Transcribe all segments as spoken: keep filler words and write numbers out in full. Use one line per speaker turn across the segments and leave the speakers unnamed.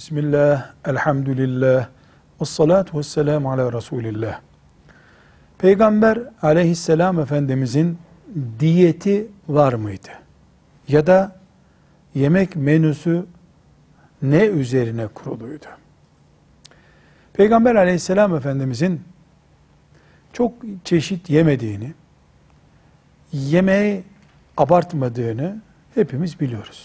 Bismillah, elhamdülillah, ve salatu ve selamu ala Resulillah. Peygamber aleyhisselam Efendimizin diyeti var mıydı? Ya da yemek menüsü ne üzerine kuruluydu? Peygamber aleyhisselam Efendimizin çok çeşit yemediğini, yemeği abartmadığını hepimiz biliyoruz.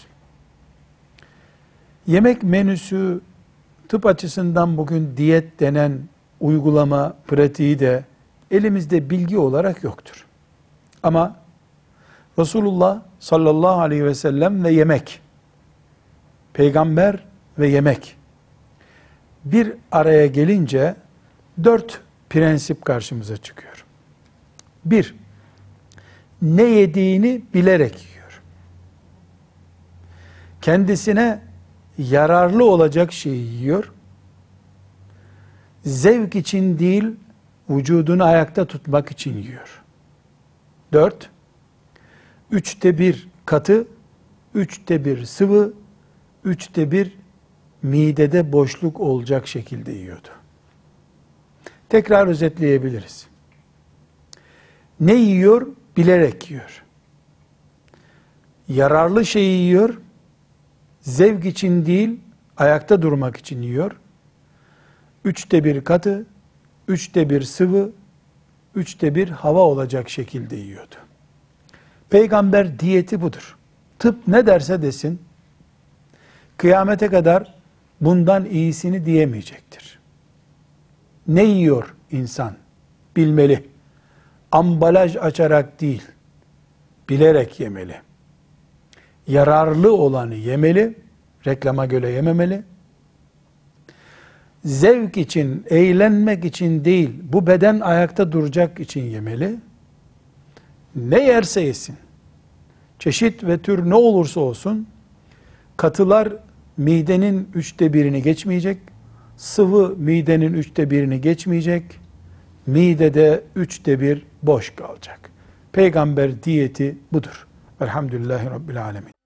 Yemek menüsü tıp açısından bugün diyet denen uygulama pratiği de elimizde bilgi olarak yoktur. Ama Resulullah sallallahu aleyhi ve sellem ve yemek, peygamber ve yemek bir araya gelince dört prensip karşımıza çıkıyor. Bir, ne yediğini bilerek yiyor. Kendisine yararlı olacak şeyi yiyor. Zevk için değil, vücudunu ayakta tutmak için yiyor. Dört, üçte bir katı, üçte bir sıvı, üçte bir midede boşluk olacak şekilde yiyordu. Tekrar özetleyebiliriz. Ne yiyor? Bilerek yiyor. Yararlı şeyi yiyor. Zevk için değil, ayakta durmak için yiyor. Üçte bir katı, üçte bir sıvı, üçte bir hava olacak şekilde yiyordu. Peygamber diyeti budur. Tıp ne derse desin, kıyamete kadar bundan iyisini diyemeyecektir. Ne yiyor insan? Bilmeli. Ambalaj açarak değil, bilerek yemeli. Yararlı olanı yemeli, reklama göre yememeli. Zevk için, eğlenmek için değil, bu beden ayakta duracak için yemeli. Ne yerse yesin, çeşit ve tür ne olursa olsun, katılar midenin üçte birini geçmeyecek, sıvı midenin üçte birini geçmeyecek, midede üçte bir boş kalacak. Peygamber diyeti budur. Elhamdülillahi Rabbil Alemin.